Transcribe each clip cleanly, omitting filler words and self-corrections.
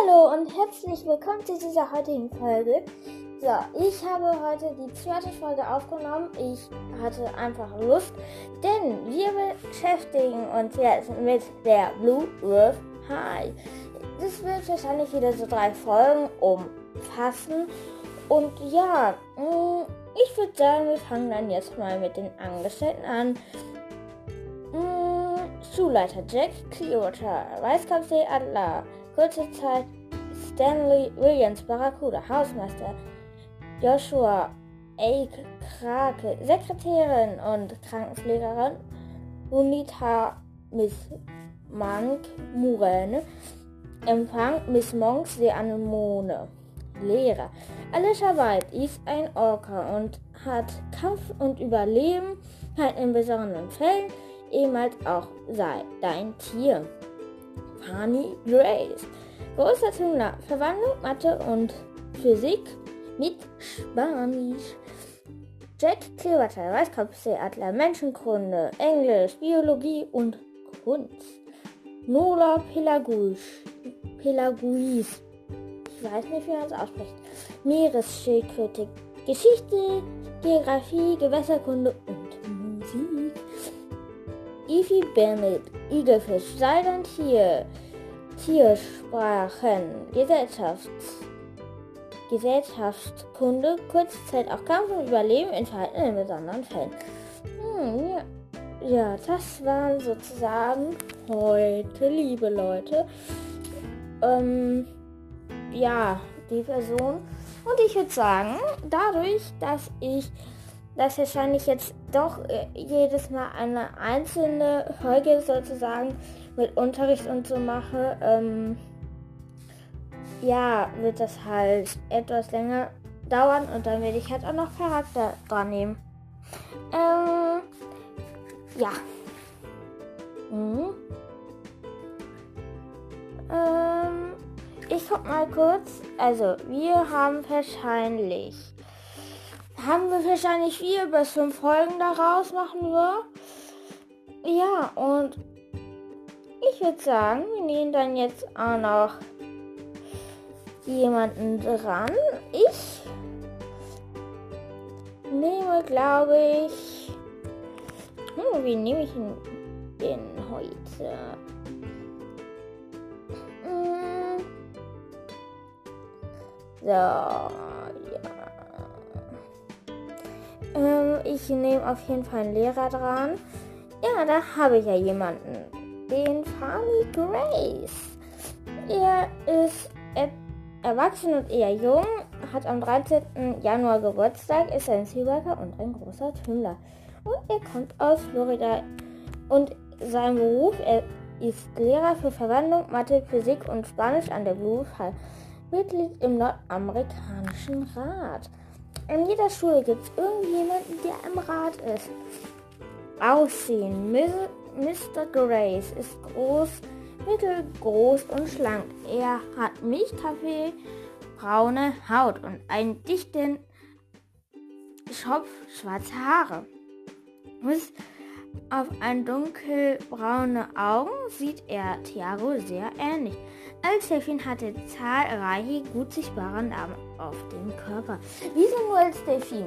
Hallo und herzlich willkommen zu dieser heutigen Folge. So, ich habe heute die zweite Folge aufgenommen. Ich hatte einfach Lust, denn wir beschäftigen uns jetzt mit der Blue Earth High. Das wird wahrscheinlich wieder so 3 Folgen umfassen. Und ja, ich würde sagen, wir fangen dann jetzt mal mit den Angestellten an. Schulleiter Jack Clearwater, Weißkopfseeadler, kurze Zeit Stanley Williams Barracuda, Hausmeister Joshua A. Krake, Sekretärin und Krankenpflegerin Unita Miss Monk Murene, Empfang Miss Monks de Anemone, Lehrer Alicia White ist ein Orca und hat Kampf und Überleben halt in besonderen Fällen, ehemals auch sei dein Tier. Fanny Grace, großer Tümmler, Verwandlung, Mathe und Physik mit Spanisch. Jack Clearwater, Weißkopfseeadler, Menschenkunde, Englisch, Biologie und Kunst. Nola Pelaguis, ich weiß nicht, wie man es ausspricht, Meeresschildkröte, Geschichte, Geografie, Gewässerkunde und Musik. Evie Bennett, Igelfisch, sei dein Tier, Tiersprachen, Gesellschaftskunde, Kurzzeit auch Kampf und Überleben in Verhalten in besonderen Fällen. Ja, das waren sozusagen heute, liebe Leute, die Person. Und ich würde sagen, dadurch, dass ich das wahrscheinlich jetzt doch jedes Mal eine einzelne Folge sozusagen mit Unterricht und so mache, wird das halt etwas länger dauern und dann werde ich halt auch noch Charakter dran nehmen. Ich guck mal kurz. Also, wir haben wahrscheinlich 4 bis 5 Folgen daraus machen wir. Ja, und ich würde sagen, wir nehmen dann jetzt auch noch jemanden dran. Ich nehme, glaube ich, wie nehme ich ihn denn heute? Ich nehme auf jeden Fall einen Lehrer dran. Ja, da habe ich ja jemanden. Den Fanny Grace. Er ist erwachsen und eher jung, hat am 13. Januar Geburtstag, ist ein Seebiker und ein großer Tümmler. Und er kommt aus Florida. Und sein Beruf, er ist Lehrer für Verwandlung, Mathe, Physik und Spanisch an der Blue High. Mitglied im Nordamerikanischen Rat. In jeder Schule gibt es irgendjemanden, der im Rat ist. Aussehen. Mr. Grace ist groß, mittelgroß und schlank. Er hat Milchkaffee, braune Haut und einen dichten Schopf, schwarze Haare. Bis auf ein dunkelbraune Augen sieht er Tiago sehr ähnlich. Als Delfin hat er zahlreiche, gut sichtbare Narben auf dem Körper. Wieso nur als Delfin?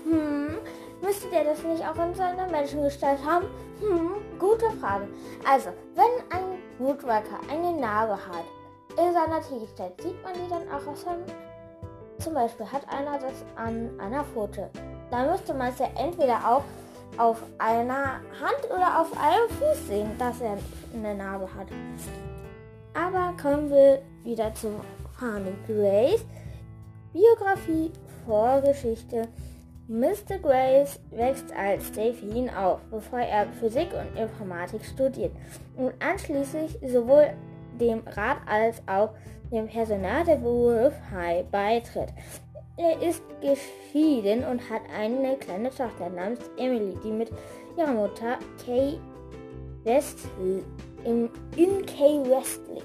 Müsste der das nicht auch in seiner Menschengestalt haben? Gute Frage. Also, wenn ein Woodworker eine Narbe hat in seiner Tiergestalt, sieht man die dann auch aus seinem... Zum Beispiel hat einer das an einer Pfote. Da müsste man es ja entweder auch auf einer Hand oder auf einem Fuß sehen, dass er eine Narbe hat. Aber kommen wir wieder zu Fanny Grace. Biografie, Vorgeschichte. Mr. Grace wächst als Delfin auf, bevor er Physik und Informatik studiert und anschließend sowohl dem Rat als auch dem Personal der Blue Earth High beitritt. Er ist geschieden und hat eine kleine Tochter namens Emily, die mit ihrer Mutter Kay Westley in Key West lebt.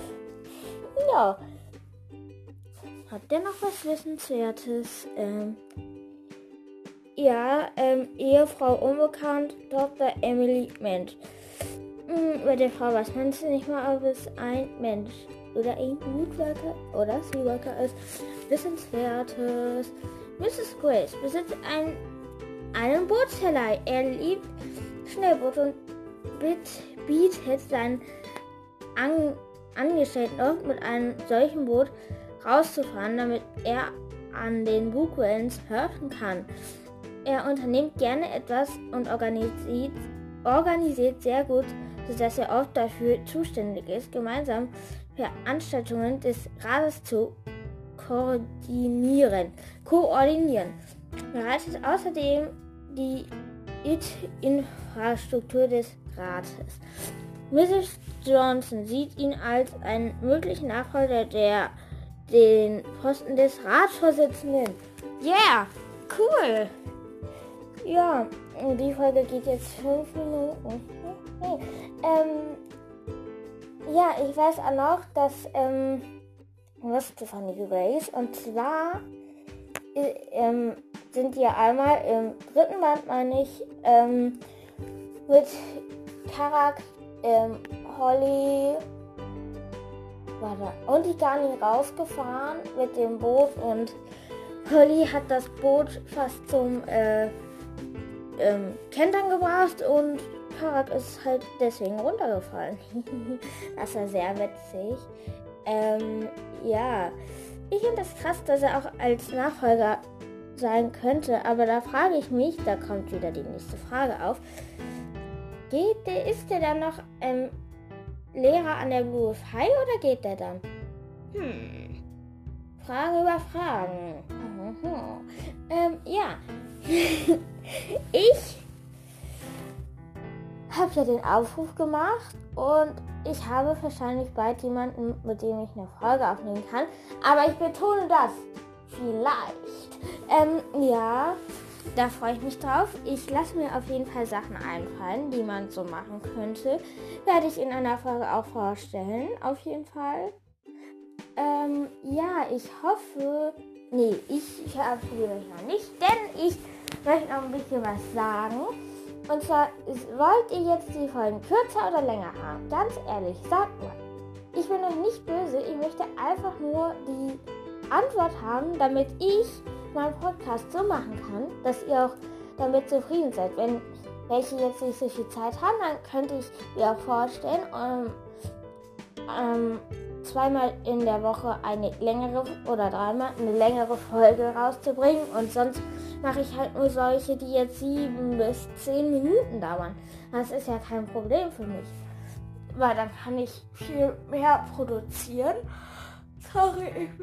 Ja. Habt ihr noch was Wissenswertes? Ehefrau unbekannt, Dr. Emily Mensch. Bei der Frau weiß man es nicht mal, ob es ein Mensch oder ein Woodworker oder Seaworker ist. Wissenswertes. Mrs. Grace besitzt einen Bootsverleih. Er liebt Schnellboote und bietet seinen Angestellten oft mit einem solchen Boot rauszufahren, damit er an den Bugwellen surfen kann. Er unternimmt gerne etwas und organisiert sehr gut, sodass er oft dafür zuständig ist, gemeinsam Veranstaltungen des Rates zu koordinieren. Er leitet außerdem die IT-Infrastruktur des Rates. Mrs. Johnson sieht ihn als einen möglichen Nachfolger, der den Posten des Ratsvorsitzenden. Yeah, cool. Ja, die Folge geht jetzt 5 Minuten. Ja, ich weiß auch noch, dass Stephanie Grace, und zwar sind die ja einmal im 3. Band, meine ich, mit Karak, Holly und die Gani rausgefahren mit dem Boot, und Holly hat das Boot fast zum Kentern gebracht und Karak ist halt deswegen runtergefallen. Das war sehr witzig. Ja, ich finde das krass, dass er auch als Nachfolger sein könnte, aber da frage ich mich, da kommt wieder die nächste Frage auf, ist der dann noch Lehrer an der Blue High oder geht der dann? Frage über Fragen. Ja. Ich habe ja den Aufruf gemacht und ich habe wahrscheinlich bald jemanden, mit dem ich eine Folge aufnehmen kann. Aber ich betone das. Vielleicht. Ja, da freue ich mich drauf. Ich lasse mir auf jeden Fall Sachen einfallen, die man so machen könnte. Werde ich in einer Folge auch vorstellen. Auf jeden Fall. Ja, ich hoffe... Nee, ich verabschiede mich noch nicht, denn ich möchte noch ein bisschen was sagen. Und zwar, wollt ihr jetzt die Folgen kürzer oder länger haben? Ganz ehrlich, sagt mal. Ich bin euch nicht böse, ich möchte einfach nur die Antwort haben, damit ich meinen Podcast so machen kann, dass ihr auch damit zufrieden seid. Wenn welche jetzt nicht so viel Zeit haben, dann könnte ich mir auch vorstellen, zweimal in der Woche eine längere oder dreimal eine längere Folge rauszubringen, und sonst mache ich halt nur solche, die jetzt 7 bis 10 Minuten dauern. Das ist ja kein Problem für mich, weil dann kann ich viel mehr produzieren. Sorry, ich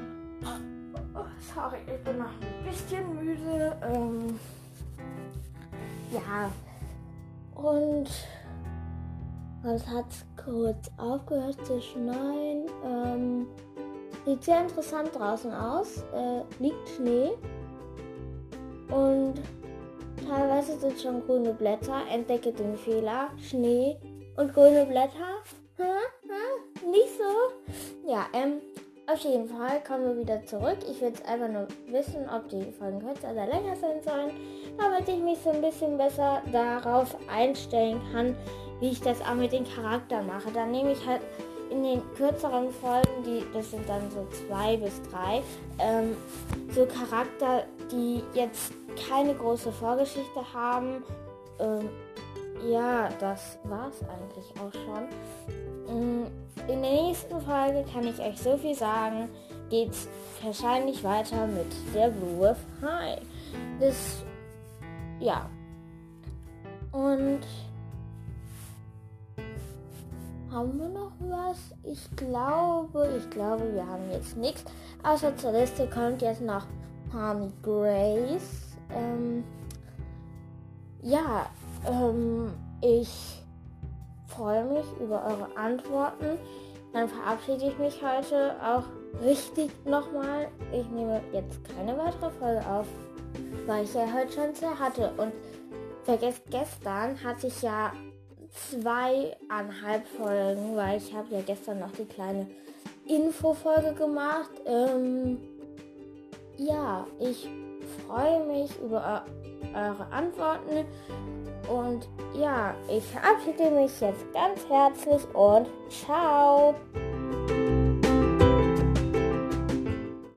bin noch ein bisschen müde. Ja, und es hat kurz aufgehört zu schneien. Sieht sehr interessant draußen aus. Liegt Schnee. Und teilweise sind schon grüne Blätter. Entdecke den Fehler. Schnee und grüne Blätter. Nicht so? Ja, auf jeden Fall kommen wir wieder zurück. Ich will jetzt einfach nur wissen, ob die Folgen kürzer oder länger sein sollen, damit ich mich so ein bisschen besser darauf einstellen kann, wie ich das auch mit den Charakteren mache. Dann nehme ich halt in den kürzeren Folgen, das sind dann so 2 bis 3, so Charakter, die jetzt keine große Vorgeschichte haben. Ja, das war's eigentlich auch schon. In der nächsten Folge kann ich euch so viel sagen, geht's wahrscheinlich weiter mit der Blue High. Ja. Und haben wir noch was? Ich glaube, wir haben jetzt nichts. Außer zur Liste kommt jetzt noch Honey Grace. Ich freue mich über eure Antworten. Dann verabschiede ich mich heute auch richtig nochmal. Ich nehme jetzt keine weitere Folge auf, weil ich ja heute schon 2 hatte. Und vergesst, gestern hatte ich ja 2,5 Folgen, weil ich habe ja gestern noch die kleine Infofolge gemacht. Ja, ich freue mich über eure Antworten. Und ja, ich verabschiede mich jetzt ganz herzlich und ciao!